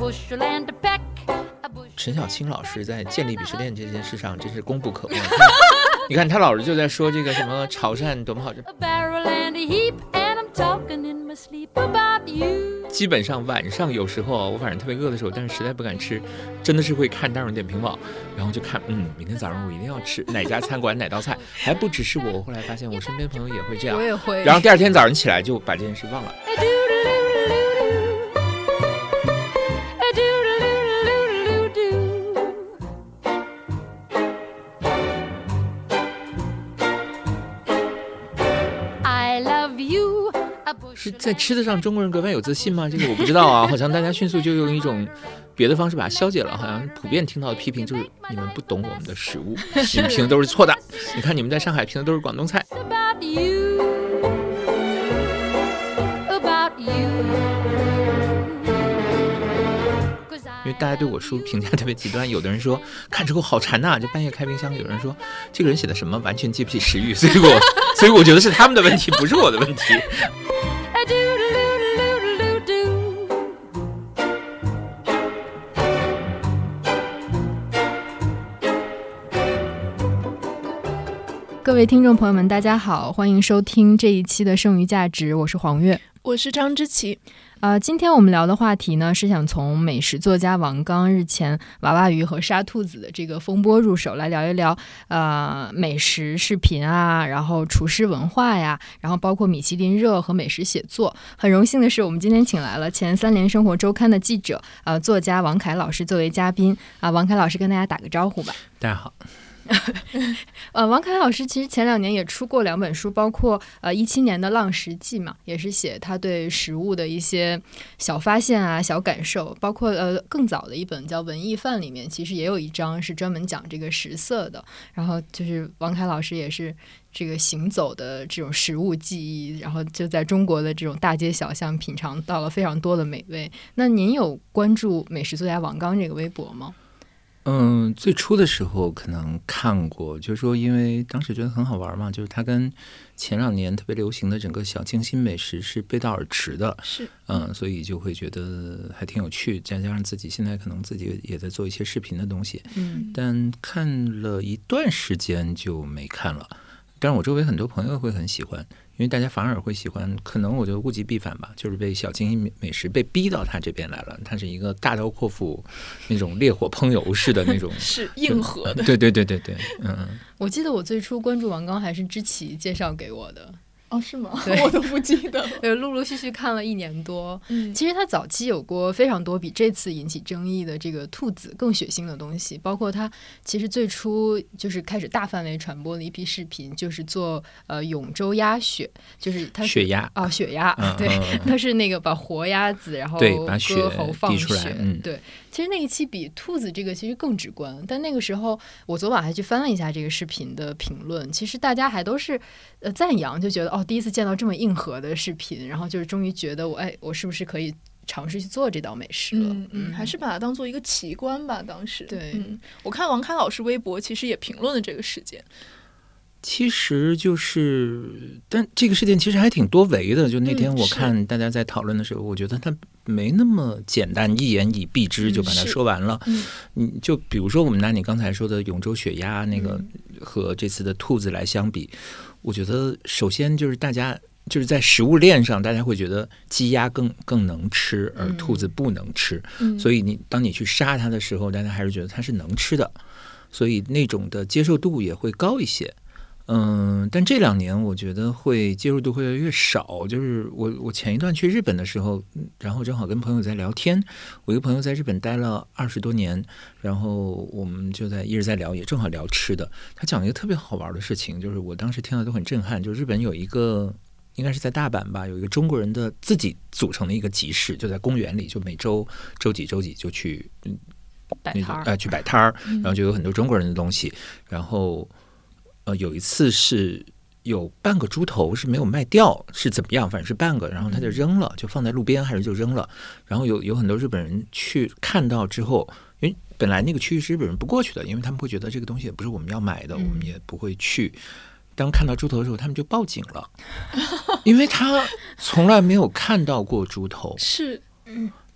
陈小青老师在建立鄙视链这件事上真是功不可没。你看他老是就在说这个什么潮汕多么好吃，基本上晚上有时候我晚上特别饿的时候，但是实在不敢吃，真的是会看大众点评网，然后就看明天早上我一定要吃哪家餐馆哪道菜。还不只是我后来发现我身边朋友也会这样， 我也会， 然后第二天早上起来就把这件事忘了。是在吃的上中国人格外有自信吗？这个我不知道啊，好像大家迅速就用一种别的方式把它消解了，好像普遍听到的批评就是你们不懂我们的食物，你们评的都是错的。你看你们在上海评的都是广东菜。因为大家对我书评价特别极端，有的人说看之后好馋呐，就半夜开冰箱；有人说这个人写的什么完全记不起食欲，所以我觉得是他们的问题，不是我的问题。 各位听众朋友们大家好，欢迎收听这一期的剩余价值，我是黄月， 我是张之琪。 今天我们聊的话题呢，是想从美食作家王刚日前娃娃鱼和杀兔子的这个风波入手，来聊一聊美食视频啊，然后厨师文化呀，然后包括米其林热和美食写作。很荣幸的是，我们今天请来了前三联生活周刊的记者作家王凯老师作为嘉宾王凯老师跟大家打个招呼吧。 大家好。 王凯老师其实前2年也出过2本书，包括17年的《浪食记》嘛，也是写他对食物的一些小发现啊、小感受，包括更早的一本叫《文艺范》，里面其实也有一章是专门讲这个食色的。然后就是王凯老师也是这个行走的这种食物记忆，然后就在中国的这种大街小巷品尝到了非常多的美味。那您有关注美食作家王刚这个微博吗？ 最初的时候可能看过，就是说因为当时觉得很好玩嘛，就是它跟前2年特别流行的整个小清新美食是背道而驰的， 是， 所以就会觉得还挺有趣，再加上自己现在可能自己也在做一些视频的东西，但看了一段时间就没看了。但是我周围很多朋友会很喜欢，因为大家反而会喜欢，可能我觉得物极必反吧，就是被小清新美食被逼到他这边来了，他是一个大刀阔斧那种烈火烹油式的那种是硬核的。 对， 我记得我最初关注王刚还是知棋介绍给我的。 哦，是吗？我都不记得了。 陆陆续续看了1年多。其实他早期有过非常多比这次引起争议的这个兔子更血腥的东西，包括他其实最初就是开始大范围传播的一批视频，就是做永州鸭血，就是他血鸭血鸭，对，他是那个把活鸭子然后割喉放血，对。其实那一期比兔子这个其实更直观，但那个时候我昨晚还去翻了一下这个视频的评论，其实大家还都是赞扬，就觉得第一次见到这么硬核的视频，然后就是终于觉得我是不是可以尝试去做这道美食了。 还是把它当做一个奇观吧。当时对， 我看王凯老师微博其实也评论了这个事件。 其实就是，但这个事件其实还挺多维的。就那天我看大家在讨论的时候，我觉得它没那么简单，一言以蔽之就把它说完了。就比如说我们拿你刚才说的永州血鸭那个和这次的兔子来相比，我觉得首先就是大家就是在食物链上，大家会觉得鸡鸭更能吃，而兔子不能吃。所以当你去杀它的时候，大家还是觉得它是能吃的，所以那种的接受度也会高一些。但这2年我觉得接受度会越来越少。就是我前一段去日本的时候，然后正好跟朋友在聊天，我一个朋友在日本待了20多年，然后我们就一直在聊，也正好聊吃的。他讲一个特别好玩的事情，就是我当时听到都很震撼，就是日本有一个应该是在大阪吧，有一个中国人的自己组成的一个集市，就在公园里，就每周几就去摆摊儿， 去摆摊儿，然后就有很多中国人的东西，然后有一次是有半个猪头是没有卖掉，是怎么样？反正是半个，然后他就扔了，就放在路边，还是就扔了。然后有很多日本人去看到之后，因为本来那个区域是日本人不过去的，因为他们会觉得这个东西也不是我们要买的，我们也不会去。当看到猪头的时候，他们就报警了，因为他从来没有看到过猪头。 是。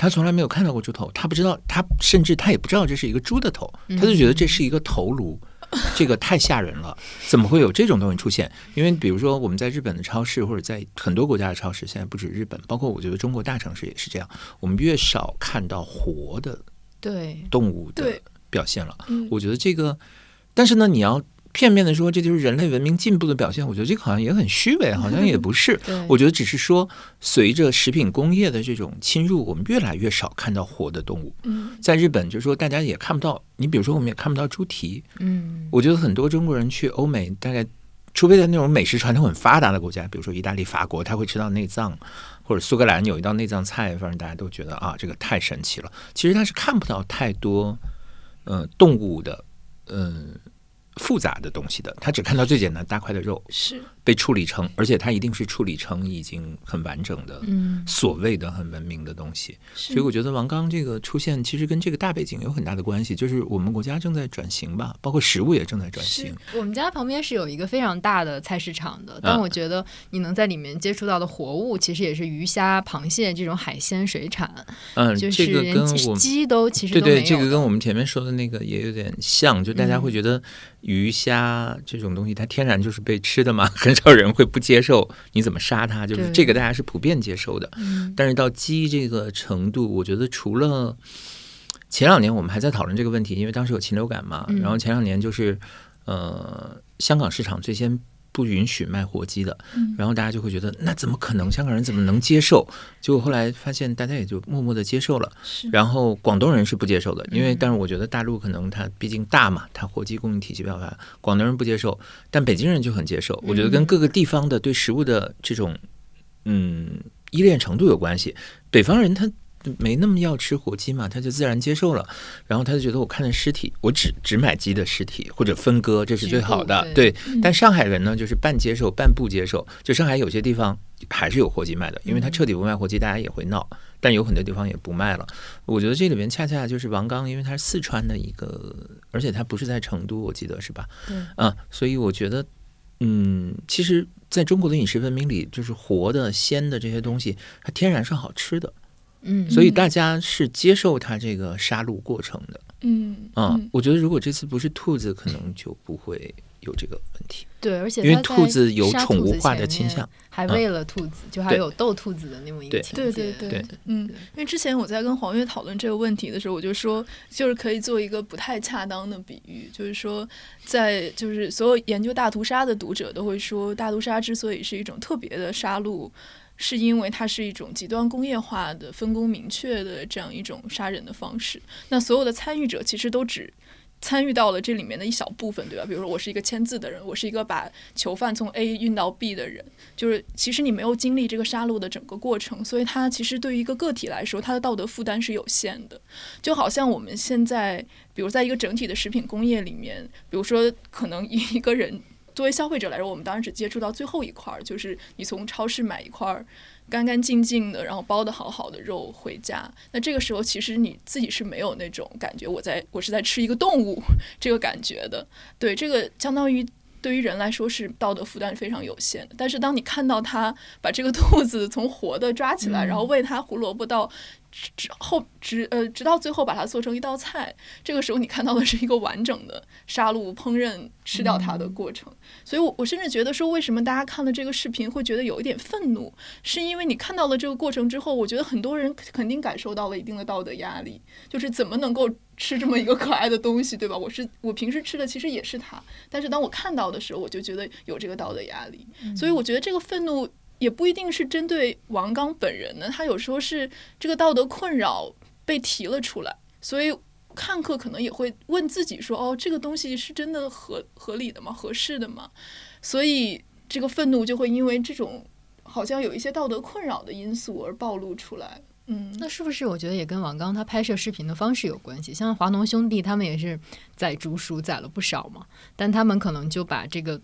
他从来没有看到过猪头，他不知道，甚至他也不知道这是一个猪的头，他就觉得这是一个头颅，这个太吓人了，怎么会有这种东西出现？因为比如说我们在日本的超市，或者在很多国家的超市，现在不止日本，包括我觉得中国大城市也是这样，我们越少看到活的动物的表现了。我觉得这个，但是呢，你要片面的说这就是人类文明进步的表现，我觉得这个好像也很虚伪，好像也不是。我觉得只是说随着食品工业的这种侵入，我们越来越少看到活的动物。在日本就是说大家也看不到，你比如说我们也看不到猪蹄。我觉得很多中国人去欧美，大概除非在那种美食传统很发达的国家，比如说意大利、法国，他会吃到内脏，或者苏格兰有一道内脏菜，反正大家都觉得啊，这个太神奇了。其实他是看不到太多动物的复杂的东西的，他只看到最简单大块的肉是被处理成，而且它一定是处理成已经很完整的，所谓的很文明的东西。所以我觉得王刚这个出现其实跟这个大背景有很大的关系，就是我们国家正在转型吧，包括食物也正在转型。 我们家旁边是有一个非常大的菜市场的，但我觉得你能在里面接触到的活物其实也是鱼虾螃蟹这种海鲜水产。就是这个跟我鸡都其实都没有。 对，这个跟我们前面说的那个也有点像，就大家会觉得鱼虾这种东西它天然就是被吃的嘛，很少人会不接受你怎么杀它，就是这个大家是普遍接受的。但是到鸡这个程度，我觉得除了前2年我们还在讨论这个问题，因为当时有禽流感嘛，然后前2年就是香港市场最先不允许卖活鸡的，然后大家就会觉得那怎么可能，香港人怎么能接受？结果后来发现大家也就默默的接受了。然后广东人是不接受的，因为但是我觉得大陆可能它毕竟大嘛，它活鸡供应体系比较大，广东人不接受，但北京人就很接受。我觉得跟各个地方的对食物的这种依恋程度有关系。北方人他没那么要吃活鸡嘛，他就自然接受了，然后他就觉得我看着尸体，我只买鸡的尸体或者分割，这是最好的。对，但上海人呢就是半接受半不接受，就上海有些地方还是有活鸡卖的，因为他彻底不卖活鸡大家也会闹，但有很多地方也不卖了。我觉得这里边恰恰就是王刚，因为他是四川的一个，而且他不是在成都，我记得是吧？所以我觉得其实在中国的饮食文明里，就是活的鲜的这些东西它天然是好吃的，所以大家是接受它这个杀戮过程的。我觉得如果这次不是兔子，可能就不会有这个问题。 对，而且因为兔子有宠物化的倾向， 还喂了兔子，就还有斗兔子的那么一个情节。 对，因为之前我在跟黄月讨论这个问题的时候，我就说，就是可以做一个不太恰当的比喻，就是说，就是所有研究大屠杀的读者都会说，大屠杀之所以是一种特别的杀戮，是因为它是一种极端工业化的、分工明确的这样一种杀人的方式。那所有的参与者其实都只参与到了这里面的一小部分，对吧？比如说我是一个签字的人，我是一个把囚犯从 A 运到 B 的人，就是其实你没有经历这个杀戮的整个过程，所以它其实对于一个个体来说，它的道德负担是有限的。就好像我们现在比如在一个整体的食品工业里面，比如说可能一个人作为消费者来说，我们当然只接触到最后一块，就是你从超市买一块干干净净的，然后包的好好的肉回家。那这个时候其实你自己是没有那种感觉我是在吃一个动物这个感觉的。对，这个相当于对于人来说是道德负担非常有限的。但是当你看到他把这个兔子从活的抓起来，然后喂它胡萝卜到直到最后把它做成一道菜，这个时候你看到的是一个完整的杀戮、烹饪、吃掉它的过程。所以我甚至觉得说，为什么大家看了这个视频会觉得有一点愤怒，是因为你看到了这个过程之后，我觉得很多人肯定感受到了一定的道德压力，就是怎么能够吃这么一个可爱的东西，对吧？我平时吃的其实也是它，但是当我看到的时候，我就觉得有这个道德压力。所以我觉得这个愤怒也不一定是针对王刚本人的，他有时候是这个道德困扰被提了出来，所以看客可能也会问自己说，这个东西是真的合理的吗？合适的吗？所以这个愤怒就会因为这种好像有一些道德困扰的因素而暴露出来。 那是不是我觉得也跟王刚他拍摄视频的方式有关系？像华农兄弟他们也是宰竹鼠宰了不少嘛，但他们可能就把这个从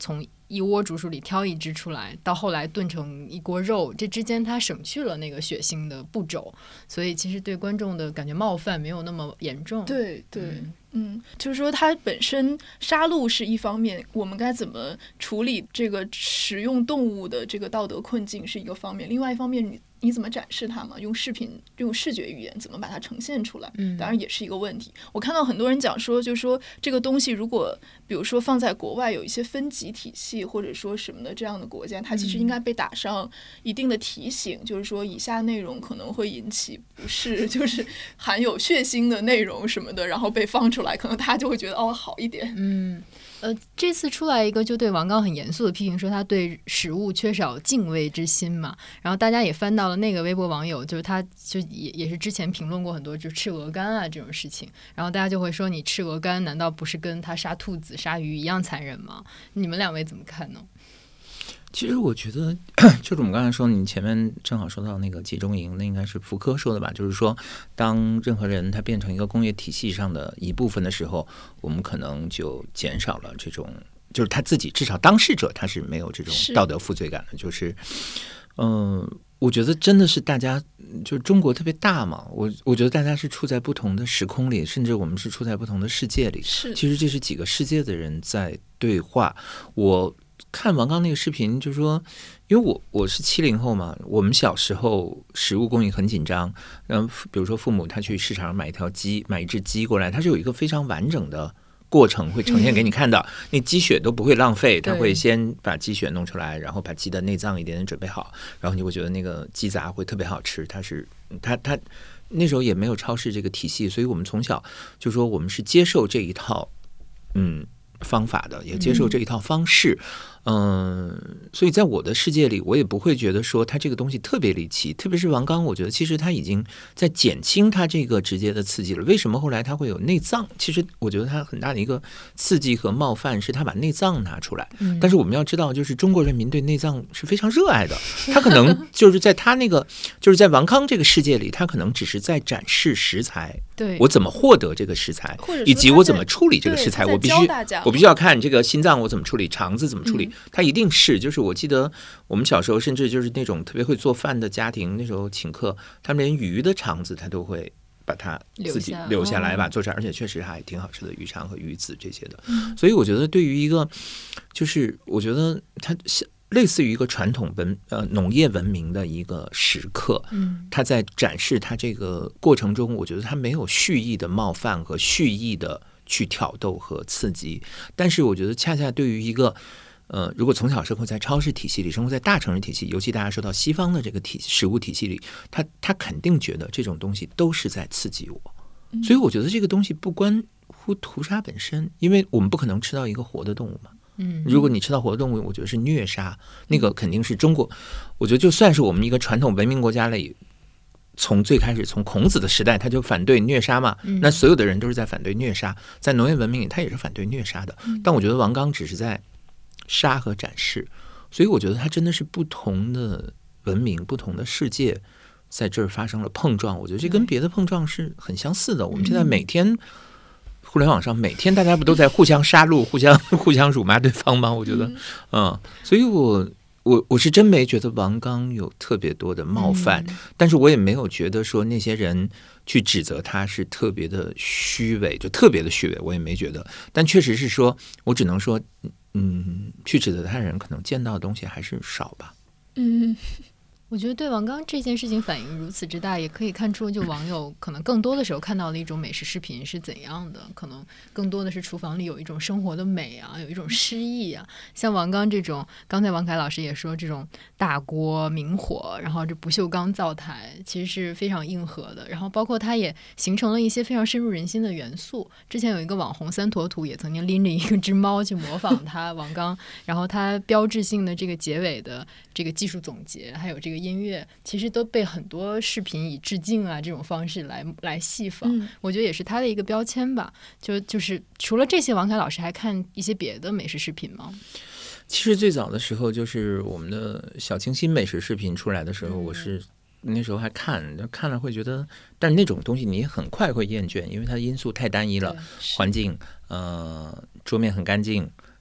一窝竹鼠里挑一只出来，到后来炖成一锅肉，这之间它省去了那个血腥的步骤，所以其实对观众的感觉冒犯没有那么严重。 对对。就是说它本身杀戮是一方面，我们该怎么处理这个食用动物的这个道德困境是一个方面，另外一方面你怎么展示它嘛？用视频用视觉语言怎么把它呈现出来，当然也是一个问题。我看到很多人讲说，就是说这个东西如果比如说放在国外有一些分级体系或者说什么的这样的国家，它其实应该被打上一定的提醒，就是说以下内容可能会引起不适，就是含有血腥的内容什么的，然后被放出来，可能他就会觉得好一点。 这次出来一个就对王刚很严肃的批评，说他对食物缺少敬畏之心嘛。然后大家也翻到了那个微博网友，就是他就也是之前评论过很多就吃鹅肝啊这种事情，然后大家就会说你吃鹅肝难道不是跟他杀兔子杀鱼一样残忍吗？你们两位怎么看呢？ 其实我觉得就是我们刚才说，你前面正好说到那个集中营，那应该是福柯说的吧，就是说当任何人他变成一个工业体系上的一部分的时候，我们可能就减少了这种，就是他自己至少当事者他是没有这种道德负罪感的。就是我觉得真的是大家就是中国特别大嘛，我觉得大家是处在不同的时空里，甚至我们是处在不同的世界里，其实这是几个世界的人在对话。我看王刚那个视频，就是说，因为我是70后嘛，我们小时候食物供应很紧张，然后比如说父母他去市场上买一只鸡过来，它是有一个非常完整的过程会呈现给你看的，那鸡血都不会浪费，他会先把鸡血弄出来，然后把鸡的内脏一点点准备好，然后你会觉得那个鸡杂会特别好吃。它那时候也没有超市这个体系，所以我们从小就说我们是接受这一套方法的，也接受这一套方式。所以在我的世界里，我也不会觉得说他这个东西特别离奇。特别是王刚，我觉得其实他已经在减轻他这个直接的刺激了。为什么后来他会有内脏？其实我觉得他很大的一个刺激和冒犯是他把内脏拿出来。但是我们要知道，就是中国人民对内脏是非常热爱的。他可能就是在他那个，就是在王康这个世界里，他可能只是在展示食材。 对， 我怎么获得这个食材，以及我怎么处理这个食材，我必须要看这个心脏我怎么处理，肠子怎么处理。它一定是，就是我记得我们小时候，甚至就是那种特别会做饭的家庭，那时候请客，他们连鱼的肠子他都会把它自己留下来，把它做出来，而且确实还挺好吃的，鱼肠和鱼子这些的。所以我觉得对于一个，就是我觉得它类似于一个传统农业文明的一个时刻，他在展示他这个过程中，我觉得他没有蓄意的冒犯和蓄意的去挑逗和刺激，但是我觉得恰恰对于一个如果从小生活在超市体系里，生活在大城市体系，尤其大家说到西方的这个食物体系里，他肯定觉得这种东西都是在刺激我。所以我觉得这个东西不关乎屠杀本身，因为我们不可能吃到一个活的动物嘛。如果你吃到活的动物，我觉得是虐杀，那个肯定是中国。我觉得就算是我们一个传统文明国家里，从最开始从孔子的时代他就反对虐杀嘛，那所有的人都是在反对虐杀，在农业文明里他也是反对虐杀的。但我觉得王刚只是在杀和展示，所以我觉得他真的是不同的文明不同的世界在这儿发生了碰撞。我觉得这跟别的碰撞是很相似的。我们现在每天互联网上每天大家不都在互相杀戮互相辱骂对方吗？我觉得所以我是真没觉得王刚有特别多的冒犯，但是我也没有觉得说那些人去指责他是特别的虚伪，就特别的虚伪，我也没觉得。但确实是说，我只能说去指责他的人可能见到的东西还是少吧。 我觉得对王刚这件事情反应如此之大，也可以看出就网友可能更多的时候看到的一种美食视频是怎样的，可能更多的是厨房里有一种生活的美啊，有一种诗意啊。像王刚这种，刚才王凯老师也说，这种大锅明火，然后这不锈钢灶台其实是非常硬核的，然后包括它也形成了一些非常深入人心的元素。之前有一个网红三坨土也曾经拎着一个只猫去模仿他王刚，然后他标志性的这个结尾的这个技术总结还有这个音乐其实都被很多视频以致敬啊这种方式来戏仿，我觉得也是他的一个标签吧。就是除了这些，王凯老师还看一些别的美食视频吗？ 其实最早的时候就是我们的小清新美食视频出来的时候，我是那时候还看了会觉得，但是那种东西你很快会厌倦，因为它的因素太单一了，环境桌面很干净，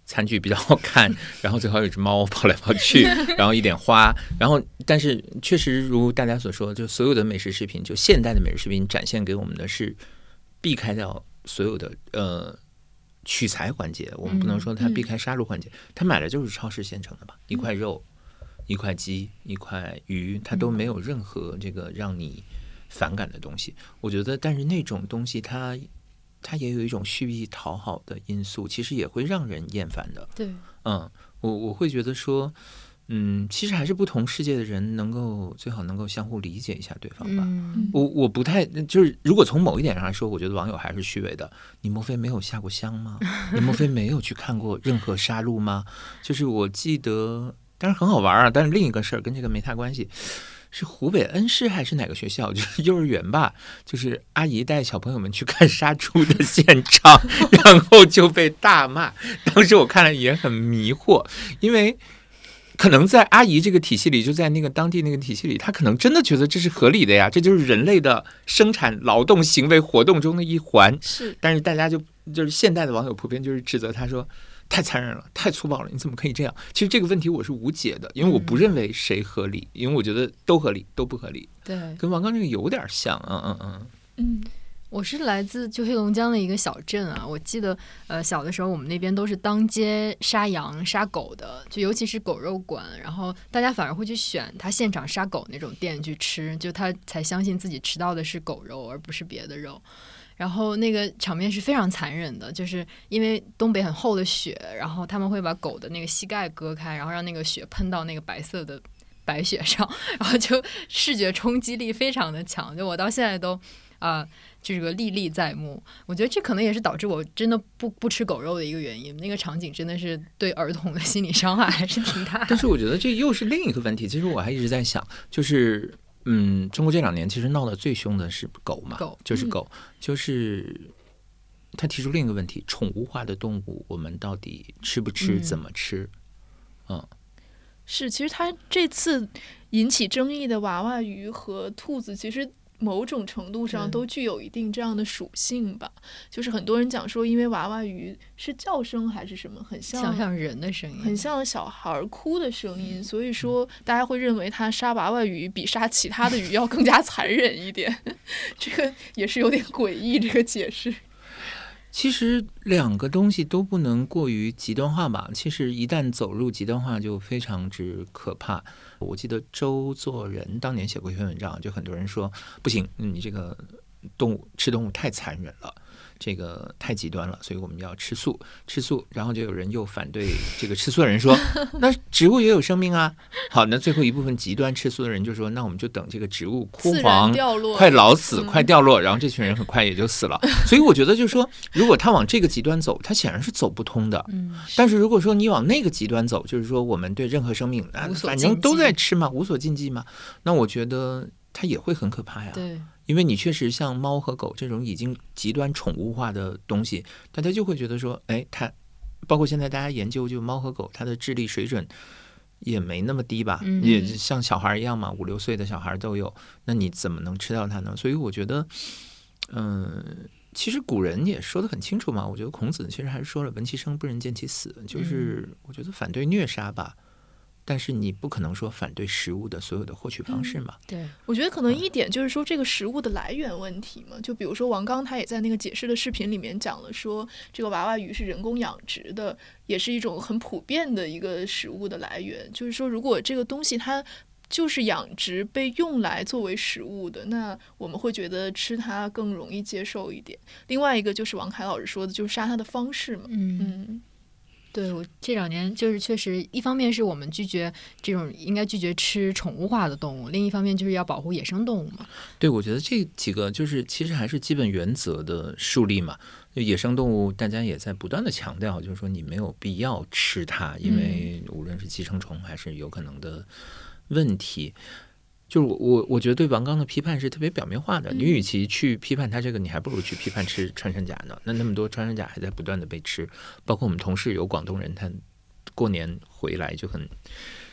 餐具比较好看，然后最好有只猫跑来跑去，然后一点花，然后但是确实如大家所说，就所有的美食视频，就现代的美食视频展现给我们的是避开掉所有的取材环节，我们不能说它避开杀戮环节，它买的就是超市现成的吧，一块肉、一块鸡、一块鱼，它都没有任何这个让你反感的东西。我觉得，但是那种东西它也有一种蓄意讨好的因素，其实也会让人厌烦的。 对， 我会觉得说，其实还是不同世界的人最好能够相互理解一下对方吧。我不太就是如果从某一点上来说，我觉得网友还是虚伪的。你莫非没有下过乡吗？你莫非没有去看过任何杀戮吗？就是我记得，当然很好玩啊，但是另一个事儿跟这个没太关系。是湖北恩施还是哪个学校？就是幼儿园吧，就是阿姨带小朋友们去看杀猪的现场，然后就被大骂。当时我看了也很迷惑，因为可能在阿姨这个体系里，就在那个当地那个体系里，她可能真的觉得这是合理的呀，这就是人类的生产劳动行为活动中的一环。 是， 但是大家就是现代的网友普遍就是指责他说，太残忍了，太粗暴了，你怎么可以这样？其实这个问题我是无解的，因为我不认为谁合理，因为我觉得都合理，都不合理。 对， 跟王刚这个有点像。 我是来自就黑龙江的一个小镇啊，我记得小的时候我们那边都是当街杀羊杀狗的，就尤其是狗肉馆，然后大家反而会去选他现场杀狗那种店去吃，就他才相信自己吃到的是狗肉而不是别的肉。然后那个场面是非常残忍的，就是因为东北很厚的雪，然后他们会把狗的那个膝盖割开，然后让那个血喷到那个白色的白雪上，然后就视觉冲击力非常的强，就我到现在都这个历历在目。我觉得这可能也是导致我真的不吃狗肉的一个原因，那个场景真的是对儿童的心理伤害还是挺大的。 但是我觉得这又是另一个问题，其实我还一直在想，就是中国这2年其实闹得最凶的是狗嘛，就是狗，就是他提出另一个问题：宠物化的动物，我们到底吃不吃，怎么吃？ 是，其实他这次引起争议的娃娃鱼和兔子，其实某种程度上都具有一定这样的属性吧。就是很多人讲说，因为娃娃鱼是叫声还是什么，很像人的声音， 很像小孩哭的声音，所以说大家会认为他杀娃娃鱼比杀其他的鱼要更加残忍一点。这个也是有点诡异，这个解释。 其实2个东西都不能过于极端化吧，其实一旦走入极端化就非常之可怕。我记得周作人当年写过一篇文章，就很多人说不行，你这个吃动物太残忍了，这个太极端了，所以我们要吃素。然后就有人又反对这个吃素的人说那植物也有生命啊。好，那最后一部分极端吃素的人就说，那我们就等这个植物枯黄快老死快掉落，然后这群人很快也就死了。所以我觉得就是说，如果他往这个极端走，他显然是走不通的。但是如果说你往那个极端走，就是说我们对任何生命反正都在吃嘛，无所禁忌嘛，那我觉得它也会很可怕呀。 对， 因为你确实像猫和狗这种已经极端宠物化的东西，大家就会觉得说，它包括现在大家研究，就猫和狗它的智力水准也没那么低吧，也像小孩一样嘛，5、6岁的小孩都有，那你怎么能吃到它呢？所以我觉得其实古人也说得很清楚嘛，我觉得孔子其实还是说了闻其生不忍见其死，就是我觉得反对虐杀吧，但是你不可能说反对食物的所有的获取方式嘛。 对， 我觉得可能一点就是说这个食物的来源问题嘛，就比如说王刚他也在那个解释的视频里面讲了，说这个娃娃鱼是人工养殖的，也是一种很普遍的一个食物的来源。就是说如果这个东西它就是养殖被用来作为食物的，那我们会觉得吃它更容易接受一点。另外一个就是王凯老师说的，就是杀它的方式嘛。 对，我这2年就是确实，一方面是我们应该拒绝吃宠物化的动物，另一方面就是要保护野生动物嘛。 对，我觉得这几个就是其实还是基本原则的树立嘛。就野生动物大家也在不断的强调，就是说你没有必要吃它，因为无论是寄生虫还是有可能的问题。就是我觉得对王刚的批判是特别表面化的，你与其去批判他这个，你还不如去批判吃穿山甲呢。那么多穿山甲还在不断的被吃，包括我们同事有广东人，他过年回来就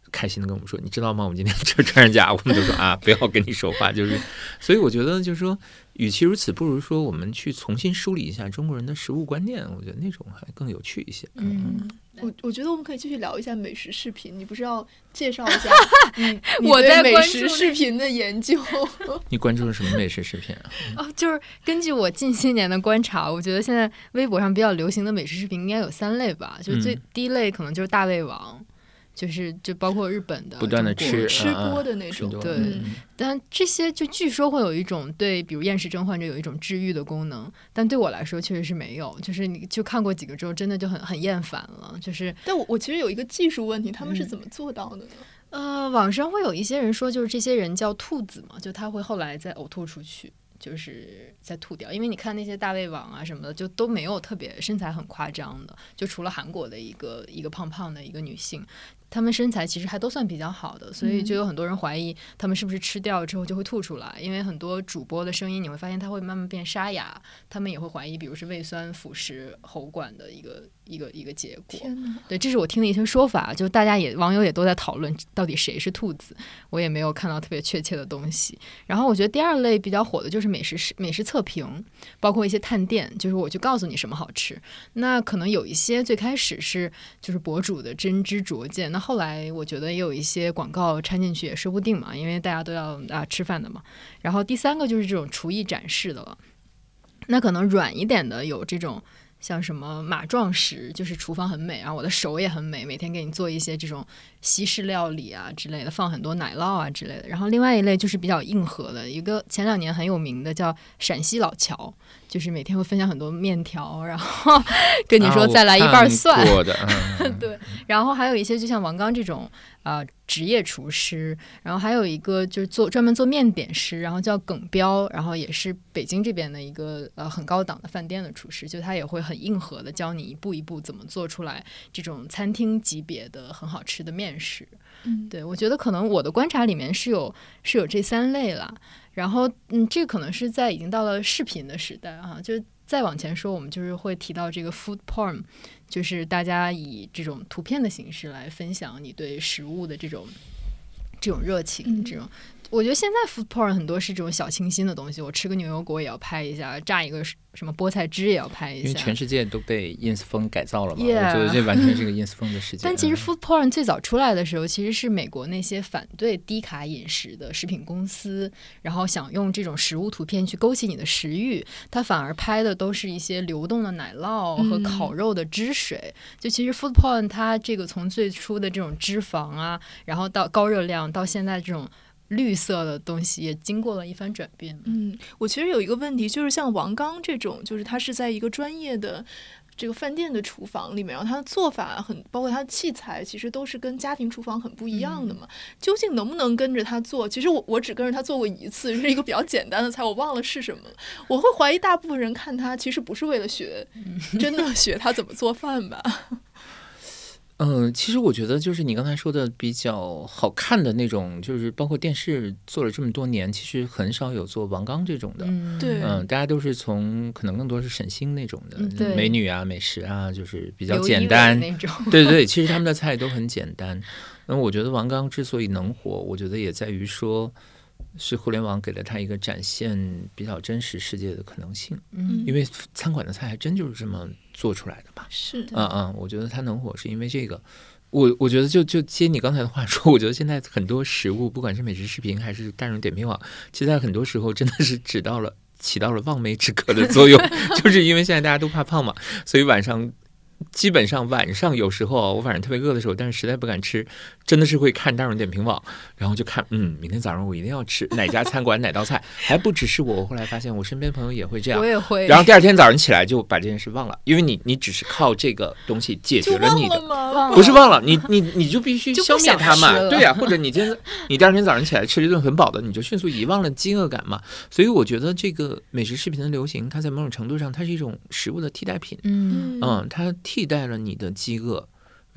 开心的跟我们说，你知道吗？我们今天吃穿山甲，我们就说啊，不要跟你说话。所以我觉得就是说，与其如此，不如说我们去重新梳理一下中国人的食物观念，我觉得那种还更有趣一些。 我觉得我们可以继续聊一下美食视频。你不是要介绍一下我在美食视频的研究？ 你关注了什么美食视频啊？ 就是根据我近些年的观察，我觉得现在微博上比较流行的美食视频应该有3类吧。就第一类可能就是大胃王。就包括日本的不断的吃播的那种， 对，但这些就据说会有一种对，比如厌食症患者有一种治愈的功能，但对我来说确实是没有，就是你就看过几个之后，真的就很厌烦了。但我其实有一个技术问题，他们是怎么做到的呢？ 网上会有一些人说，就是这些人叫兔子嘛，就他会后来再呕吐出去。就是再吐掉，因为你看那些大胃王啊什么的，就都没有特别身材很夸张的，就除了韩国的一个胖胖的一个女性，他们身材其实还都算比较好的，所以就有很多人怀疑他们是不是吃掉之后就会吐出来，因为很多主播的声音你会发现他会慢慢变沙哑，他们也会怀疑比如是胃酸腐蚀喉管的一个结果。对，这是我听的一些说法，就大家网友也都在讨论到底谁是兔子，我也没有看到特别确切的东西。然后我觉得第二类比较火的就是美食测评，包括一些探店，就是我就告诉你什么好吃。那可能有一些最开始是就是博主的真知灼见，那后来我觉得也有一些广告掺进去也说不定嘛，因为大家都要吃饭的嘛。然后第3个就是这种厨艺展示的了，那可能软一点的有这种像什么马壮食，就是厨房很美啊，我的手也很美，每天给你做一些这种西式料理啊之类的，放很多奶酪啊之类的。然后另外一类就是比较硬核的，一个前2年很有名的叫陕西老乔，就是每天会分享很多面条，然后跟你说再来1瓣蒜。对，然后还有一些就像王刚这种职业厨师，然后还有一个就是专门做面点师，然后叫耿彪，然后也是北京这边的一个很高档的饭店的厨师，就他也会很硬核的教你一步一步怎么做出来这种餐厅级别的很好吃的面食。对，我觉得可能我的观察里面是有这3类啦。然后这个可能是在已经到了视频的时代啊，就是再往前说，我们就是会提到这个 food porn， 就是大家以这种图片的形式来分享你对食物的这种热情，这种。我觉得现在 food porn 很多是这种小清新的东西，我吃个牛油果也要拍一下，榨一个什么菠菜汁也要拍一下， 因为全世界都被 ins 风改造了嘛。我觉得这完全是个 ins 风的世界。 但其实 food porn 最早出来的时候，其实是美国那些反对低卡饮食的食品公司，然后想用这种食物图片去勾起你的食欲，它反而拍的都是一些流动的奶酪和烤肉的汁水。就其实 food porn 它这个从最初的这种脂肪啊，然后到高热量，到现在这种绿色的东西也经过了一番转变。 我其实有一个问题，就是像王刚这种，就是他是在一个专业的这个饭店的厨房里面，然后他的做法包括他的器材，其实都是跟家庭厨房很不一样的嘛。究竟能不能跟着他做？其实我只跟着他做过一次，是一个比较简单的菜，我忘了是什么了。我会怀疑大部分人看他其实不是为了真的学他怎么做饭吧。 其实我觉得就是你刚才说的比较好看的那种，就是包括电视做了这么多年，其实很少有做王刚这种的。 对， 大家都是可能更多是沈星那种的美女啊、美食啊，就是比较简单那种。 对，其实他们的菜都很简单。那我觉得王刚之所以能火，我觉得也在于说是互联网给了他一个展现比较真实世界的可能性。因为餐馆的菜还真就是这么做出来的吧。 是我觉得他能火是因为这个。我觉得就接你刚才的话说，我觉得现在很多食物，不管是美食视频还是大众点评网，其实在很多时候真的是起到了望梅止渴的作用。就是因为现在大家都怕胖嘛，所以基本上晚上有时候我晚上特别饿的时候，但是实在不敢吃，真的是会看大众点评网，然后就看明天早上我一定要吃哪家餐馆哪道菜。还不只是我后来发现我身边朋友也会这样， 我也会。 然后第2天早上起来就把这件事忘了，因为你只是靠这个东西解决了你的，不是忘了你就必须消灭它嘛。对呀，或者你第2天早上起来吃了一顿很饱的，你就迅速遗忘了饥饿感嘛。所以我觉得这个美食视频的流行，它在某种程度上它是一种食物的替代品。它替代了你的饥饿，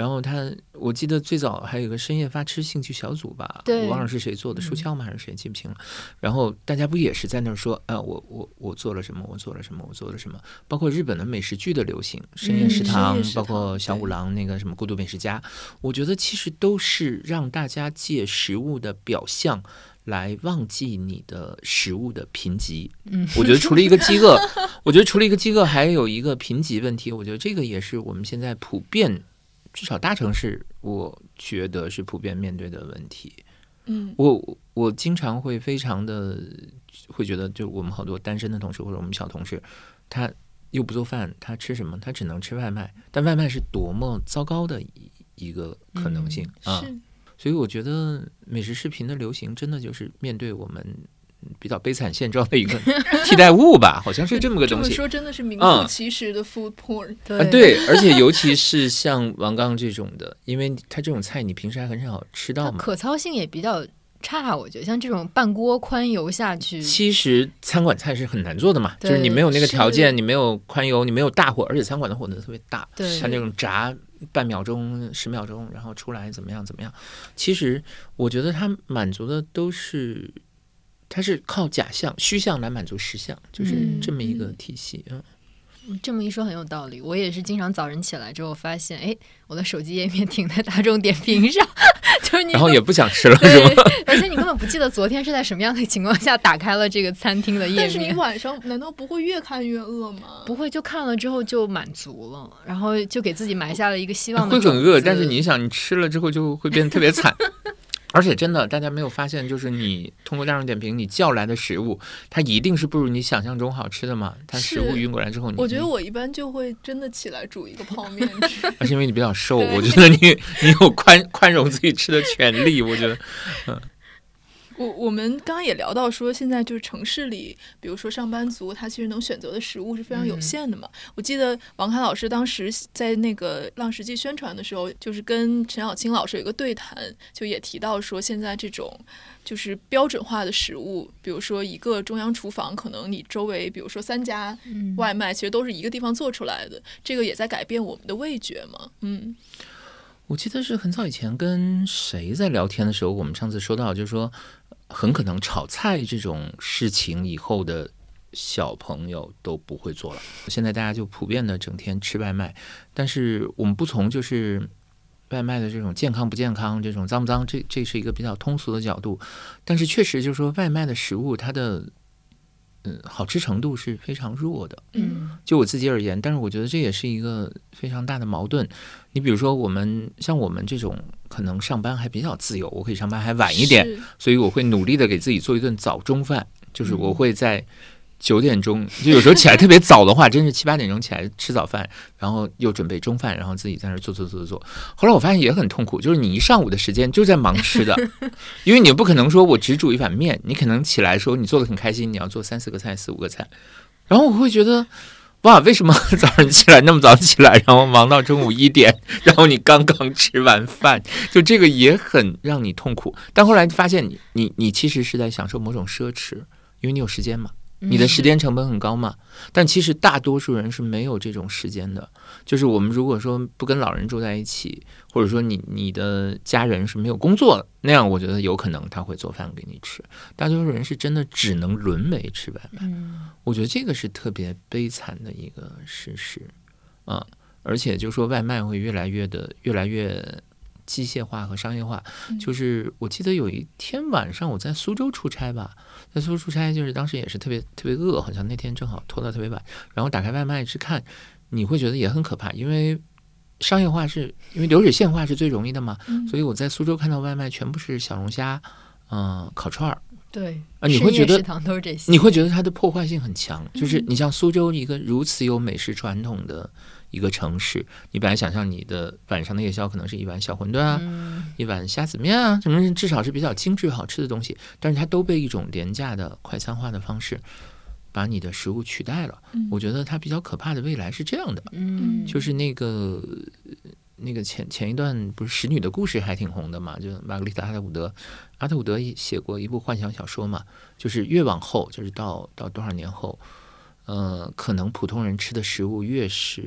然后我记得最早还有一个深夜发吃兴趣小组吧，我忘了是谁做的，书敲吗还是谁记不清了。然后大家不也是在那儿说，我做了什么，我做了什么，我做了什么。包括日本的美食剧的流行，深夜食堂，包括小五郎那个什么孤独美食家，我觉得其实都是让大家借食物的表象来忘记你的食物的贫瘠。我觉得除了一个饥饿，还有一个贫瘠问题。我觉得这个也是我们现在普遍，至少大城市，我觉得是普遍面对的问题。我经常会非常的会觉得，就我们好多单身的同事或者我们小同事，他又不做饭，他吃什么？他只能吃外卖。但外卖是多么糟糕的一个可能性啊！所以我觉得美食视频的流行真的就是面对我们比较悲惨现状的一个替代物吧，好像是这么个东西。 这么说真的是名副其实的 food porn。 对，而且尤其是像王刚这种的，因为他这种菜你平时还很少吃到嘛， 可操性也比较差。我觉得像这种半锅宽油下去， 其实餐馆菜是很难做的嘛，就是你没有那个条件，你没有宽油，你没有大火，而且餐馆的火呢特别大，它那种炸半秒钟10秒钟然后出来怎么样，其实我觉得它满足的都是，它是靠假象虚象来满足实相，就是这么一个体系。 这么一说很有道理。我也是经常早晨起来之后发现，我的手机页面停在大众点评上，就是你然后也不想吃了是吗？ 而且你根本不记得昨天是在什么样的情况下打开了这个餐厅的页面。 但是你晚上难道不会越看越饿吗？ 不会，就看了之后就满足了，然后就给自己埋下了一个希望的种子。 会很饿，但是你想，你吃了之后就会变得特别惨。而且真的，大家没有发现，就是你通过大众点评你叫来的食物，它一定是不如你想象中好吃的嘛？它食物运过来之后， 我觉得我一般就会真的起来煮一个泡面吃。 而且因为你比较瘦，我觉得你有宽容自己吃的权利。我觉得， 我们刚刚也聊到说，现在就是城市里，比如说上班族，他其实能选择的食物是非常有限的嘛。我记得王凯老师当时在那个《浪食记》宣传的时候，就是跟陈小青老师有一个对谈，就也提到说，现在这种就是标准化的食物，比如说一个中央厨房，可能你周围比如说3家外卖，其实都是一个地方做出来的，这个也在改变我们的味觉嘛。 我记得是很早以前跟谁在聊天的时候，我们上次说到，就是说很可能炒菜这种事情以后的小朋友都不会做了。现在大家就普遍的整天吃外卖，但是我们不从就是外卖的这种健康不健康、这种脏不脏，这是一个比较通俗的角度。但是确实就是说，外卖的食物它的好吃程度是非常弱的。就我自己而言，但是我觉得这也是一个非常大的矛盾。你比如说像我们这种可能上班还比较自由，我可以上班还晚一点，所以我会努力的给自己做一顿早中饭，就是我会在9点钟，就有时候起来特别早的话，真是7、8点钟起来吃早饭，然后又准备中饭，然后自己在那做。后来我发现也很痛苦，就是你一上午的时间就在忙吃的，因为你不可能说我只煮一碗面，你可能起来说你做的很开心，你要做3、4个菜、4、5个菜，然后我会觉得哇，为什么早上起来那么早起来，然后忙到中午1点，然后你刚刚吃完饭，就这个也很让你痛苦。但后来发现你其实是在享受某种奢侈，因为你有时间嘛，你的时间成本很高嘛。但其实大多数人是没有这种时间的。就是我们如果说不跟老人住在一起，或者说你的家人是没有工作的，那样我觉得有可能他会做饭给你吃。大多数人是真的只能沦为吃外卖。我觉得这个是特别悲惨的一个事实啊。而且就说外卖会越来越机械化和商业化。就是我记得有一天晚上我在苏州出差吧，在苏州出差，就是当时也是特别饿，好像那天正好拖到特别晚，然后打开外卖去看，你会觉得也很可怕，因为商业化是因为流水线化是最容易的嘛，所以我在苏州看到外卖全部是小龙虾，烤串儿。 对， 你会觉得食堂都是这些， 你会觉得它的破坏性很强。就是你像苏州一个如此有美食传统的一个城市，你本来想象你的晚上的夜宵可能是一碗小馄饨啊，一碗虾子面啊，什么至少是比较精致好吃的东西，但是它都被一种廉价的快餐化的方式把你的食物取代了。我觉得它比较可怕的未来是这样的。就是那个前一段不是使女的故事还挺红的嘛，就玛格丽特·阿特伍德写过一部幻想小说嘛，就是越往后，就是到多少年后，可能普通人吃的食物越是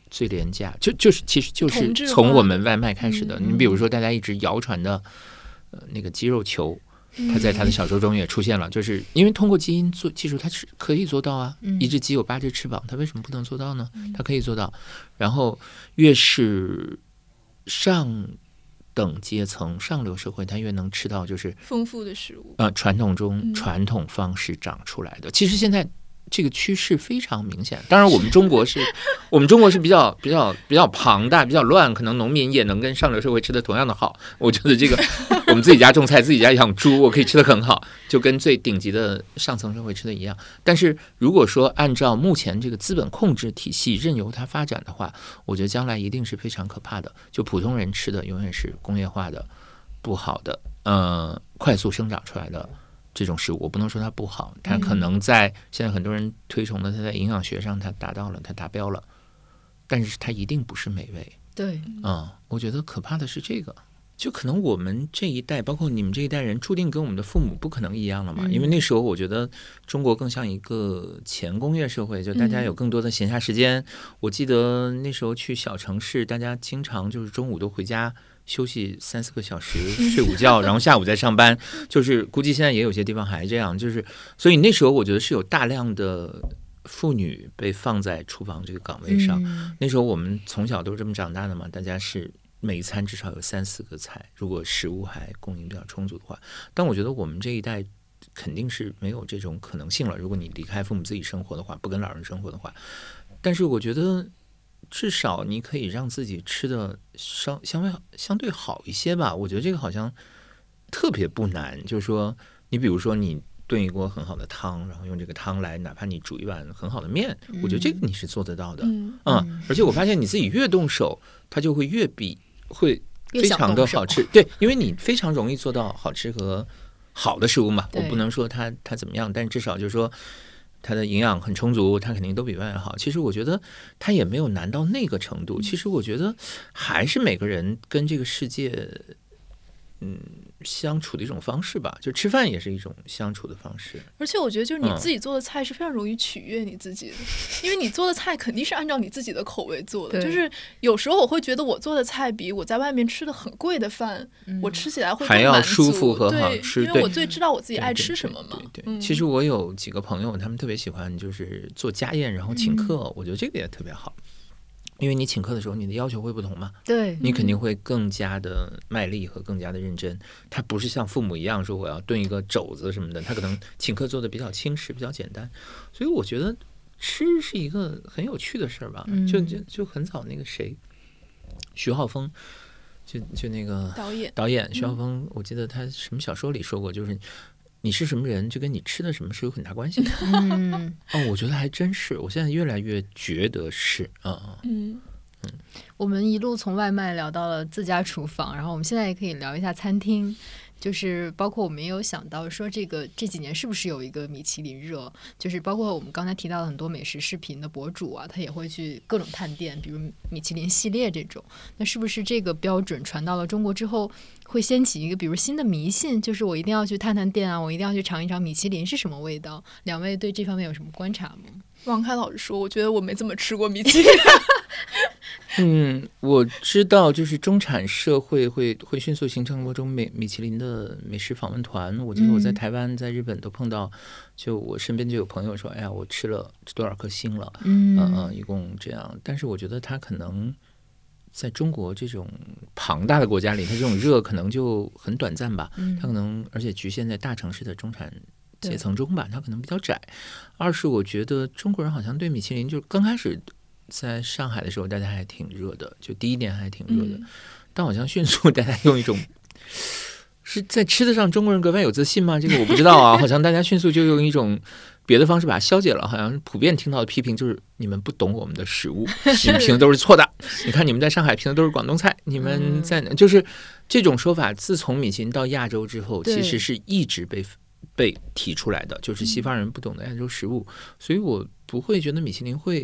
最廉价，其实就是从我们外卖开始的。你比如说大家一直谣传的那个鸡肉球，它在他的小说中也出现了，就是因为通过基因做技术，它是可以做到啊。一只鸡有8只翅膀，它为什么不能做到呢？它可以做到。然后越是上等阶层、上流社会，它越能吃到就是丰富的食物。 传统中传统方式长出来的。其实现在这个趋势非常明显。当然，我们中国是比较庞大、比较乱，可能农民也能跟上流社会吃的同样的好。我觉得这个我们自己家种菜、自己家养猪，我可以吃的很好，就跟最顶级的上层社会吃的一样。但是如果说按照目前这个资本控制体系任由它发展的话，我觉得将来一定是非常可怕的。就普通人吃的永远是工业化的、不好的、快速生长出来的。这种食物我不能说它不好，它可能在现在很多人推崇的，它在营养学上它达到了，它达标了，但是它一定不是美味。 对， 我觉得可怕的是这个，就可能我们这一代，包括你们这一代人，注定跟我们的父母不可能一样了嘛。因为那时候我觉得中国更像一个前工业社会，就大家有更多的闲暇时间。我记得那时候去小城市，大家经常就是中午都回家休息3-4个小时，睡午觉，然后下午再上班。就是估计现在也有些地方还这样，就是所以那时候我觉得是有大量的妇女被放在厨房这个岗位上。那时候我们从小都是这么长大的嘛，大家是每一餐至少有3-4个菜，如果食物还供应比较充足的话。但我觉得我们这一代肯定是没有这种可能性了，如果你离开父母自己生活的话，不跟老人生活的话。但是我觉得至少你可以让自己吃的相对好一些吧。我觉得这个好像特别不难，就是说你比如说你炖一锅很好的汤，然后用这个汤来哪怕你煮一碗很好的面，我觉得这个你是做得到的。而且我发现你自己越动手，它就会会非常的好吃。对，因为你非常容易做到好吃和好的食物嘛。我不能说它怎么样，但至少就是说它的营养很充足，它肯定都比外面好。其实我觉得它也没有难到那个程度。其实我觉得还是每个人跟这个世界相处的一种方式吧，就吃饭也是一种相处的方式。 而且我觉得就是你自己做的菜是非常容易取悦你自己的，因为你做的菜肯定是按照你自己的口味做的。就是有时候我会觉得我做的菜比我在外面吃的很贵的饭，我吃起来会更还要舒服和好吃。 因为我最知道我自己爱吃什么嘛。 对，其实我有几个朋友，他们特别喜欢就是做家宴，然后请客。我觉得这个也特别好。因为你请客的时候，你的要求会不同嘛？ 对， 你肯定会更加的卖力和更加的认真。他不是像父母一样说我要炖一个肘子什么的，他可能请客做的比较轻食，比较简单。所以我觉得吃是一个很有趣的事儿吧。就很早那个谁，徐浩峰，就那个导演徐浩峰，我记得他什么小说里说过，就是你是什么人，就跟你吃的什么是有很大关系的。我觉得还真是，我现在越来越觉得是。 我们一路从外卖聊到了自家厨房，然后我们现在也可以聊一下餐厅。就是包括我们也有想到说这几年是不是有一个米其林热，就是包括我们刚才提到的很多美食视频的博主啊，他也会去各种探店，比如米其林系列这种。那是不是这个标准传到了中国之后，会掀起一个比如新的迷信，就是我一定要去探探店啊，我一定要去尝一尝米其林是什么味道？两位对这方面有什么观察吗？ 王凯老师说，我觉得我没怎么吃过米其林。 我知道，就是中产社会会迅速形成某种米其林的美食访问团。我记得我在台湾、在日本都碰到，就我身边就有朋友说：“哎呀，我吃多少颗星了？”一共这样。但是我觉得他可能在中国这种庞大的国家里，他这种热可能就很短暂吧。他可能而且局限在大城市的中产阶层中吧，它可能比较窄。二是我觉得中国人好像对米其林，就刚开始在上海的时候大家还挺热的，就第一年还挺热的，但好像迅速大家用一种是在吃的上中国人格外有自信吗？这个我不知道啊。好像大家迅速就用一种别的方式把它消解了。好像普遍听到的批评就是你们不懂我们的食物，你们评的都是错的。你看你们在上海评的都是广东菜，你们在就是这种说法自从米其林到亚洲之后，其实是一直被提出来的，就是西方人不懂得亚洲食物。所以我不会觉得米其林会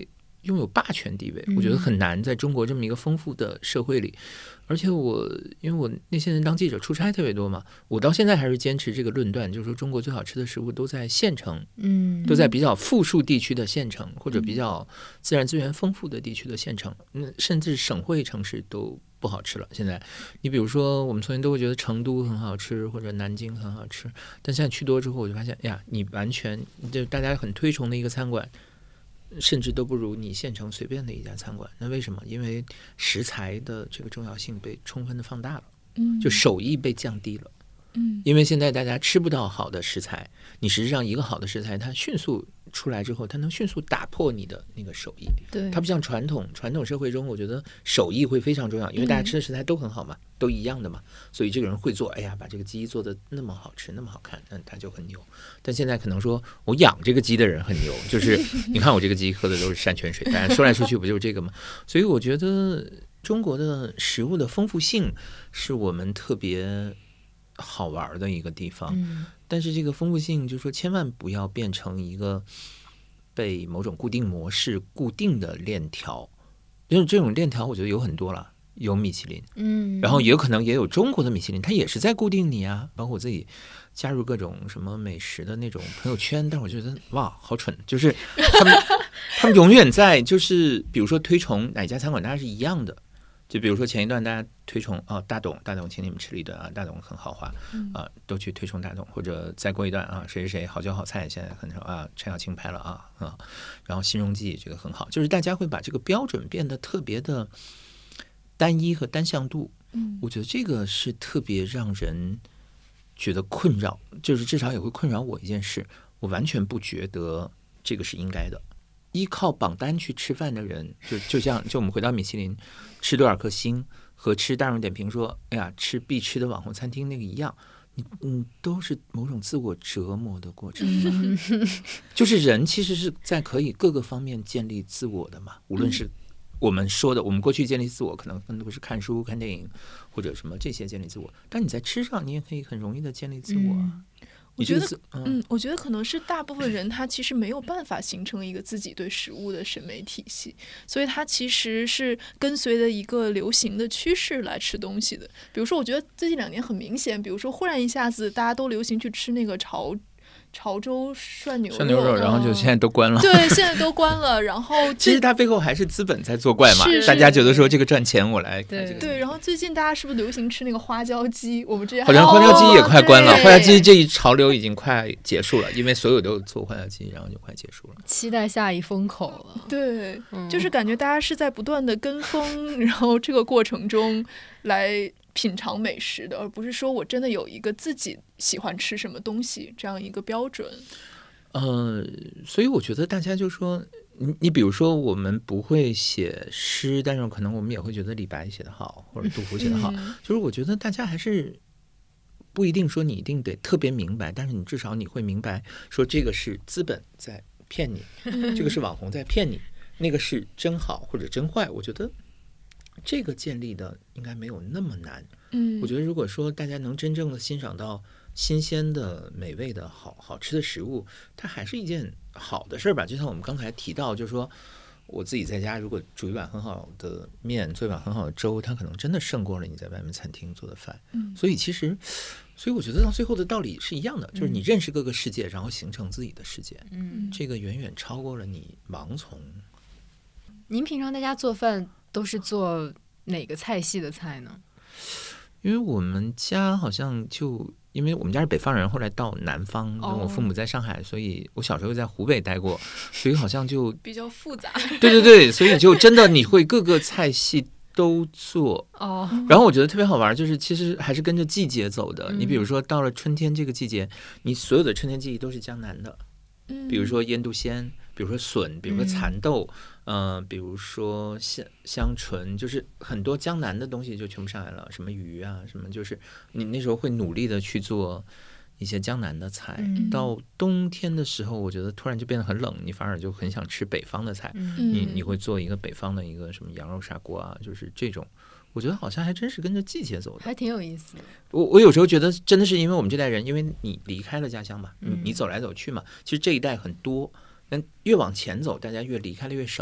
拥有霸权地位，我觉得很难在中国这么一个丰富的社会里。而且因为我那些人当记者出差特别多嘛，我到现在还是坚持这个论断，就是说中国最好吃的食物都在县城，都在比较富庶地区的县城，或者比较自然资源丰富的地区的县城，甚至省会城市都不好吃了。现在你比如说我们从前都会觉得成都很好吃或者南京很好吃，但现在去多之后我就发现呀，你完全就大家很推崇的一个餐馆甚至都不如你县城随便的一家餐馆。那为什么？因为食材的这个重要性被充分的放大了，就手艺被降低了。因为现在大家吃不到好的食材，你实际上一个好的食材它迅速出来之后，它能迅速打破你的那个手艺。 对， 它不像传统社会中，我觉得手艺会非常重要，因为大家吃的食材都很好嘛，都一样的嘛，所以这个人会做，哎呀，把这个鸡做的那么好吃那么好看，那他就很牛。但现在可能说我养这个鸡的人很牛，就是你看我这个鸡喝的都是山泉水，大家说来说去不就是这个吗？所以我觉得中国的食物的丰富性是我们特别好玩的一个地方，但是这个丰富性就是说千万不要变成一个被某种固定模式固定的链条，因为这种链条我觉得有很多了，有米其林，然后也有可能也有中国的米其林，它也是在固定你啊，包括我自己加入各种什么美食的那种朋友圈，但我觉得哇好蠢，就是他们永远在就是比如说推崇哪家餐馆大家是一样的，就比如说前一段大家推崇大董请你们吃了一顿啊，大董很豪华都去推崇大董，或者再过一段谁谁谁好酒好菜，现在可能说陈小青拍了然后新荣记这个很好，就是大家会把这个标准变得特别的单一和单向度，我觉得这个是特别让人觉得困扰，就是至少也会困扰我一件事，我完全不觉得这个是应该的。依靠榜单去吃饭的人，就我们回到米其林吃多少颗星和吃大众点评说哎呀吃必吃的网红餐厅那个一样，你都是某种自我折磨的过程。就是人其实是在可以各个方面建立自我的嘛，无论是我们说的我们过去建立自我可能更多是看书看电影或者什么这些建立自我，但你在吃上你也可以很容易的建立自我我觉得我觉得可能是大部分人他其实没有办法形成一个自己对食物的审美体系，所以他其实是跟随着一个流行的趋势来吃东西的。比如说我觉得最近2年很明显，比如说忽然一下子大家都流行去吃那个潮州涮牛肉， 然后就现在都关了。 对，现在都关了。然后其实它背后还是资本在作怪嘛，大家觉得说这个赚钱，我来对。然后最近大家是不是流行吃那个花椒鸡？我们之前好像花椒鸡也快关了，花椒鸡这一潮流已经快结束了，因为所有都做花椒鸡，然后就快结束了。 期待下一风口了。 对，就是感觉大家是在不断的跟风，然后这个过程中来品尝美食的，而不是说我真的有一个自己喜欢吃什么东西这样一个标准。 所以我觉得大家就说你比如说我们不会写诗，但是可能我们也会觉得李白写得好或者杜甫写得好，就是我觉得大家还是不一定说你一定得特别明白，但是你至少你会明白说这个是资本在骗你，这个是网红在骗你，那个是真好或者真坏，我觉得这个建立的应该没有那么难。我觉得如果说大家能真正的欣赏到新鲜的美味的好吃的食物，它还是一件好的事吧。就像我们刚才提到，就是说我自己在家如果煮一碗很好的面，做一碗很好的粥，它可能真的胜过了你在外面餐厅做的饭。所以我觉得到最后的道理是一样的，就是你认识各个世界，然后形成自己的世界。这个远远超过了你盲从。 您平常在家做饭都是做哪个菜系的菜呢？ 因为我们家好像因为我们家是北方人，后来到南方，因为我父母在上海，所以我小时候在湖北待过，所以好像就比较复杂。 对，所以就真的你会各个菜系都做。然后我觉得特别好玩，就是其实还是跟着季节走的。你比如说到了春天这个季节，你所有的春天记忆都是江南的，比如说腌笃鲜，比如说笋，比如说蚕豆，比如说香椿，就是很多江南的东西就全部上来了，什么鱼啊，什么就是你那时候会努力的去做一些江南的菜。到冬天的时候，我觉得突然就变得很冷，你反而就很想吃北方的菜。你会做一个北方的一个什么羊肉砂锅啊，就是这种。我觉得好像还真是跟着季节走的， 还挺有意思的。 我有时候觉得真的是因为我们这代人，因为你离开了家乡嘛，你走来走去嘛，其实这一代很多，但越往前走，大家越离开的越少，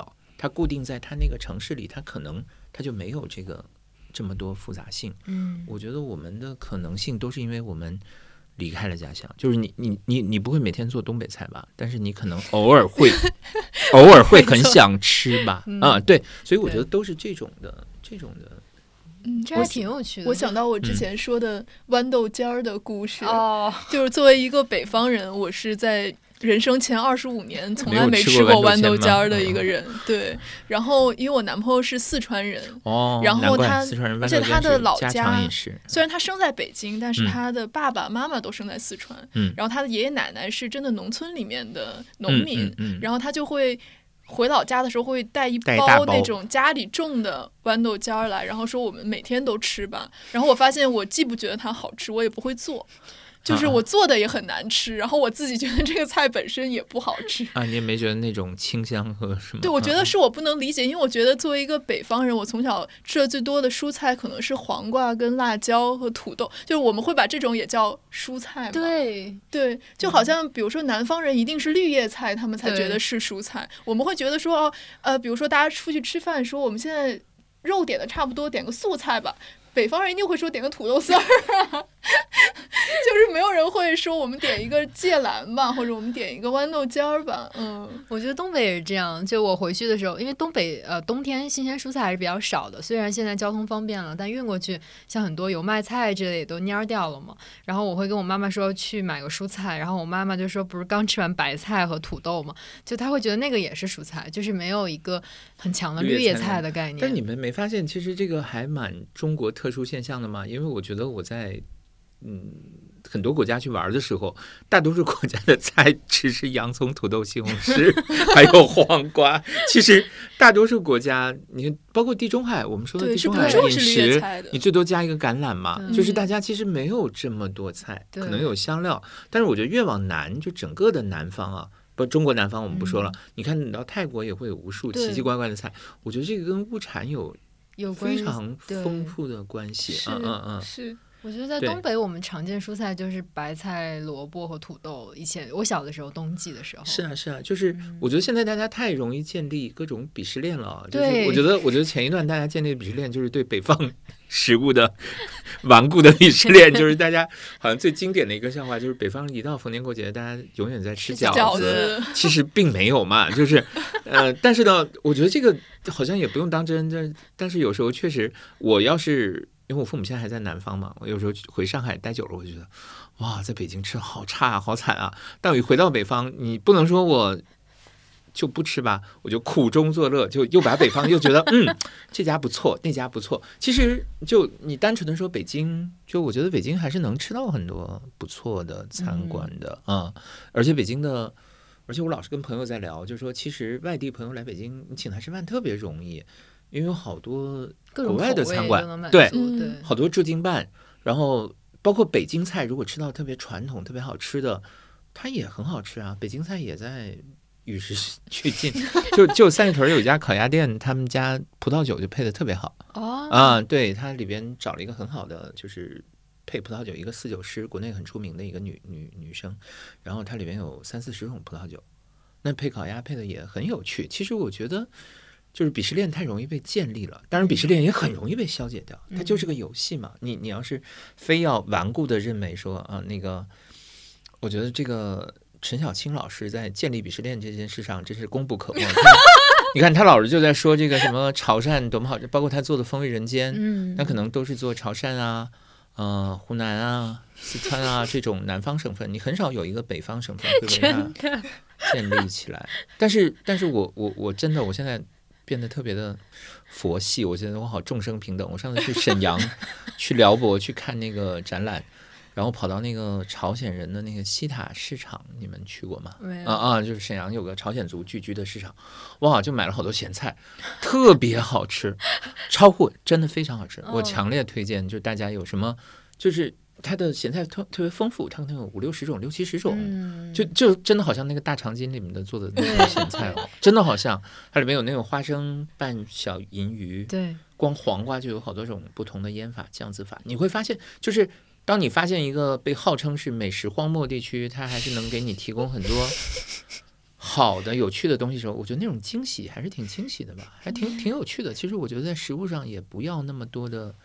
它固定在它那个城市里，它可能它就没有这么多复杂性。我觉得我们的可能性都是因为我们离开了家乡，就是你不会每天做东北菜吧，但是你可能偶尔会很想吃吧。对，所以我觉得都是这种的。 这还挺有趣的。 我想到我之前说的豌豆尖儿的故事，就是作为一个北方人，我是在人生前25年从来没吃过豌豆尖儿的一个人。对，然后因为我男朋友是四川人，然后而且他的老家虽然他生在北京，但是他的爸爸妈妈都生在四川，然后他的爷爷奶奶是真的农村里面的农民，然后他就会回老家的时候会带一包那种家里种的豌豆尖儿来，然后说我们每天都吃吧。然后我发现我既不觉得它好吃，我也不会做，就是我做的也很难吃，然后我自己觉得这个菜本身也不好吃你也没觉得那种清香和什么？ 对，我觉得是我不能理解，因为我觉得作为一个北方人，我从小吃的最多的蔬菜可能是黄瓜跟辣椒和土豆，就是我们会把这种也叫蔬菜嘛。对，就好像比如说南方人一定是绿叶菜他们才觉得是蔬菜，我们会觉得说比如说大家出去吃饭说我们现在肉点的差不多，点个素菜吧，北方人一定会说点个土豆丝儿就是没有人会说我们点一个芥蓝吧，或者我们点一个豌豆尖儿吧。 我觉得东北也是这样。就我回去的时候，因为东北冬天新鲜蔬菜还是比较少的，虽然现在交通方便了，但运过去像很多油麦菜之类都蔫掉了嘛。然后我会跟我妈妈说去买个蔬菜，然后我妈妈就说不是刚吃完白菜和土豆嘛，就她会觉得那个也是蔬菜，就是没有一个很强的绿叶菜的概念。 但你们没发现其实这个还蛮中国特殊现象的吗？因为我觉得我在很多国家去玩的时候，大多数国家的菜只是洋葱、土豆、西红柿还有黄瓜。其实大多数国家，你包括地中海，我们说的地中海饮食，你最多加一个橄榄嘛，就是大家其实没有这么多菜，可能有香料。但是我觉得越往南，就整个的南方不，中国南方我们不说了，你看你到泰国也会有无数奇奇怪怪的菜。我觉得这个跟物产有非常丰富的关系。 是。 我觉得在东北我们常见蔬菜就是白菜、萝卜和土豆。以前我小的时候冬季的时候。 是啊，就是我觉得现在大家太容易建立各种鄙视链了。就是我觉得前一段大家建立的鄙视链就是对北方食物的顽固的鄙视链，就是大家好像最经典的一个笑话就是北方一到逢年过节大家永远在吃饺子，其实并没有嘛，就是但是呢我觉得这个好像也不用当真，但是有时候确实我要是因为我父母现在还在南方嘛，我有时候回上海待久了，我就觉得哇，在北京吃好差好惨啊！但我一回到北方，你不能说我就不吃吧，我就苦中作乐，就又把北方又觉得这家不错，那家不错。其实就你单纯的说北京，就我觉得北京还是能吃到很多不错的餐馆的而且北京的，而且我老是跟朋友在聊，就说其实外地朋友来北京，你请他吃饭特别容易。因为有好多国外的餐馆，对，好多驻京办，然后包括北京菜，如果吃到特别传统、特别好吃的，它也很好吃啊。北京菜也在与时俱进。就三里屯有一家烤鸭店，他们家葡萄酒就配的特别好对，它里边找了一个很好的，就是配葡萄酒一个侍酒师，国内很出名的一个女生，然后它里边有30-40种葡萄酒，那配烤鸭配的也很有趣。其实我觉得。就是鄙视链太容易被建立了，当然鄙视链也很容易被消解掉，它就是个游戏嘛。你要是非要顽固的认为说那个，我觉得这个陈小青老师在建立鄙视链这件事上真是功不可没。你看他老是就在说这个什么潮汕多么好，包括他做的《风味人间》，那可能都是做潮汕湖南四川这种南方省份，你很少有一个北方省份会被它建立起来。但是我真的我现在。变得特别的佛系，我觉得我好众生平等。我上次去沈阳去辽博去看那个展览，然后跑到那个朝鲜人的那个西塔市场，你们去过吗？ 没有就是沈阳有个朝鲜族聚居的市场，哇，就买了好多咸菜，特别好吃，超乎真的非常好吃，我强烈推荐，就大家有什么就是它的咸菜特别丰富，它可能有50-60种、60-70种，就真的好像那个大长今里面的做的那种咸菜真的好像它里面有那种花生拌小银鱼， 对， 光黄瓜就有好多种不同的腌法、酱渍法。你会发现，就是当你发现一个被号称是美食荒漠地区，它还是能给你提供很多好的有趣的东西的时候，我觉得那种惊喜还是挺惊喜的吧，还挺有趣的。其实我觉得在食物上也不要那么多的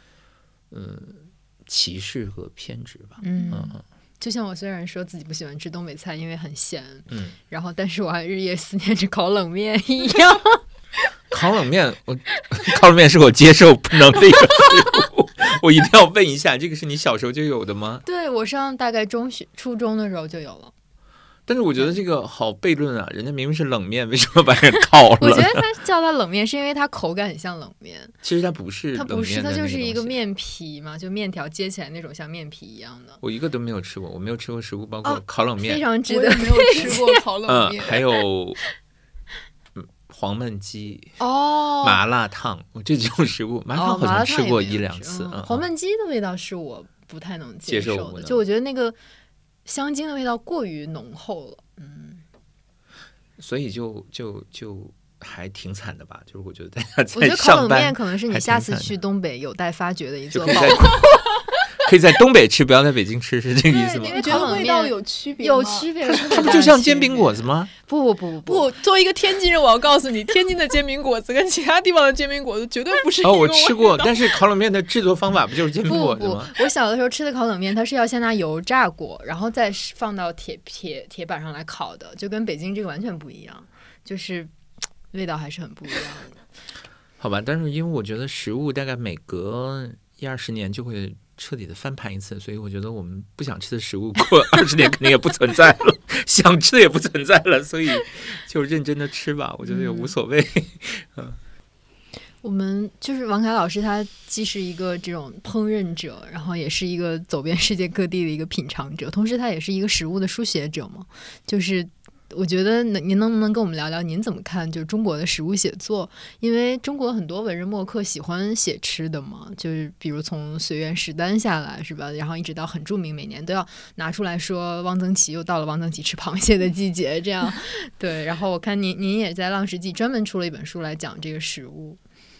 歧视和偏执吧。 就像我虽然说自己不喜欢吃东北菜，因为很咸，然后但是我还日夜思念着烤冷面一样。 烤冷面，烤冷面是我接受不能的一个食物。我一定要问一下，这个是你小时候就有的吗？ 对，我上大概初中的时候就有了。 但是我觉得这个好悖论啊，人家明明是冷面，为什么把人烤了？ 我觉得他叫它冷面是因为它口感很像冷面， 其实它不是冷面的那个东西， 它就是一个面皮嘛，就面条接起来那种像面皮一样的。 我一个都没有吃过，我没有吃过食物，包括烤冷面， 非常值得。 没有吃过烤冷面， 还有黄焖鸡麻辣烫，这种食物麻辣烫好像吃过1、2次。 黄焖鸡的味道是我不太能接受的， 接受就我觉得那个香精的味道过于浓厚了。 所以就还挺惨的吧，就是我觉得大家在上班， 我觉得烤冷面可能是你下次去东北有待发掘的一座宝库。 可以在东北吃，不要在北京吃，是这个意思吗？ 因为烤冷面味道有区别， 有区别。 它不就像煎饼果子吗？ 不， 作为一个天津人，我要告诉你，天津的煎饼果子跟其他地方的煎饼果子绝对不是一个味道。 我吃过，但是烤冷面的制作方法不就是煎饼果子吗？ 我小的时候吃的烤冷面，它是要先拿油炸过，然后再放到铁板上来烤的，就跟北京这个完全不一样，就是味道还是很不一样的。 好吧，但是因为我觉得食物大概每隔10-20年就会彻底的翻盘一次，所以我觉得我们不想吃的食物过20年肯定也不存在了，想吃的也不存在了，所以就认真的吃吧，我觉得也无所谓。 我们就是王凯老师，他既是一个这种烹饪者，然后也是一个走遍世界各地的一个品尝者，同时他也是一个食物的书写者嘛。就是我觉得您能不能跟我们聊聊您怎么看就是中国的食物写作？因为中国很多文人墨客喜欢写吃的嘛，就是比如从随园食单下来是吧，然后一直到很著名，每年都要拿出来说汪曾祺又到了汪曾祺吃螃蟹的季节这样。对，然后我看您也在浪食记专门出了一本书来讲这个食物。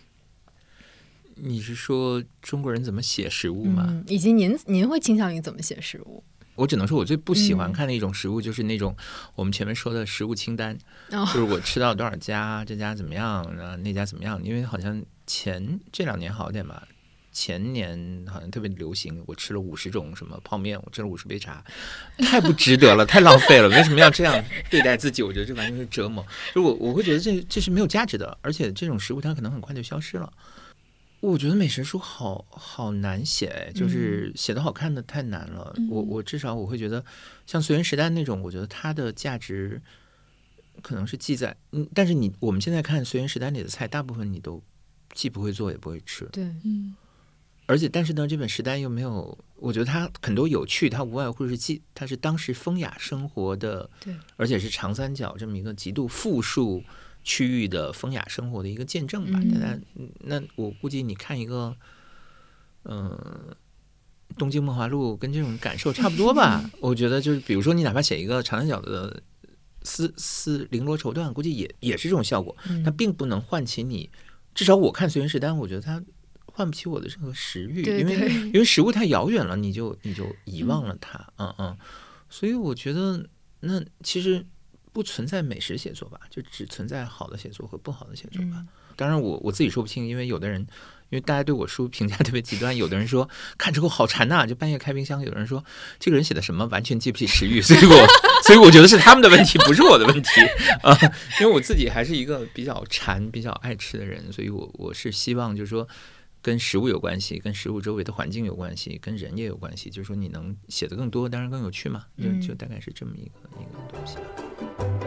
你是说中国人怎么写食物吗？ 以及您会倾向于怎么写食物？ 我只能说我最不喜欢看的一种食物就是那种我们前面说的食物清单，就是我吃到多少家，这家怎么样，那家怎么样。因为好像这2年好点吧，前年好像特别流行，我吃了50种什么泡面，我吃了50杯茶，太不值得了，太浪费了。为什么要这样对待自己？我觉得这完全是折磨。就我会觉得这是没有价值的，而且这种食物它可能很快就消失了。我觉得美食书好难写，就是写的好看的太难了。我至少我会觉得像随园食单那种，我觉得它的价值可能是记在但是我们现在看随园食单里的菜，大部分你都既不会做也不会吃。 对， 而且但是呢，这本食单又没有，我觉得它很多有趣，它无外乎是它是当时风雅生活的， 对， 而且是长三角这么一个极度富庶区域的风雅生活的一个见证吧。那我估计你看一个东京梦华录跟这种感受差不多吧。我觉得就是比如说你哪怕写一个长三角的丝绫罗绸缎，估计也是这种效果。它并不能唤起你，至少我看随园食单，我觉得它唤不起我的任何食欲。 对对， 因为食物太遥远了，你就遗忘了它。所以我觉得那其实不存在美食写作吧，就只存在好的写作和不好的写作吧。当然我自己说不清，因为有的人，因为大家对我书评价特别极端，有的人说看之后好馋呐，就半夜开冰箱；有的人说这个人写的什么完全记不起食欲，所以我觉得是他们的问题，不是我的问题啊。因为我自己还是一个比较馋、比较爱吃的人，所以我是希望就是说跟食物有关系，跟食物周围的环境有关系，跟人也有关系，就是说你能写得更多，当然更有趣嘛，就大概是这么一个东西吧。